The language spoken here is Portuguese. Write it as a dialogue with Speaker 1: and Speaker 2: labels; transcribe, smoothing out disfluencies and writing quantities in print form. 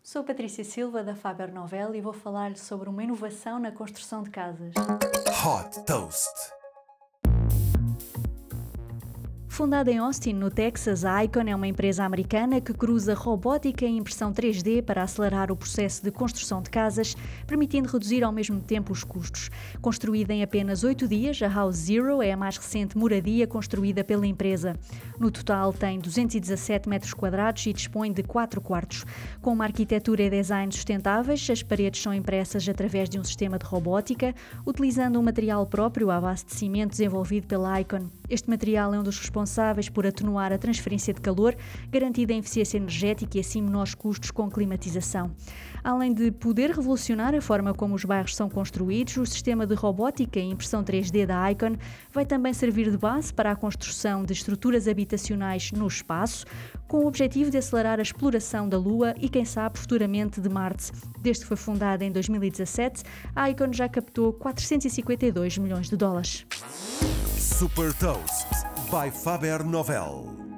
Speaker 1: Sou Patrícia Silva, da Faber Novel, e vou falar-lhe sobre uma inovação na construção de casas.
Speaker 2: Hot Toast.
Speaker 1: Fundada em Austin, no Texas, a Icon é uma empresa americana que cruza robótica e impressão 3D para acelerar o processo de construção de casas, permitindo reduzir ao mesmo tempo os custos. Construída em apenas 8 dias, a House Zero é a mais recente moradia construída pela empresa. No total, tem 217 metros quadrados e dispõe de 4 quartos. Com uma arquitetura e design sustentáveis, as paredes são impressas através de um sistema de robótica, utilizando um material próprio à base de cimento desenvolvido pela Icon. Este material é um dos responsáveis por atenuar a transferência de calor, garantindo a eficiência energética e assim menores custos com climatização. Além de poder revolucionar a forma como os bairros são construídos, o sistema de robótica e impressão 3D da Icon vai também servir de base para a construção de estruturas habitacionais no espaço, com o objetivo de acelerar a exploração da Lua e, quem sabe, futuramente de Marte. Desde que foi fundada em 2017, a Icon já captou 452 milhões de dólares.
Speaker 2: Super Toast by Faber Novel.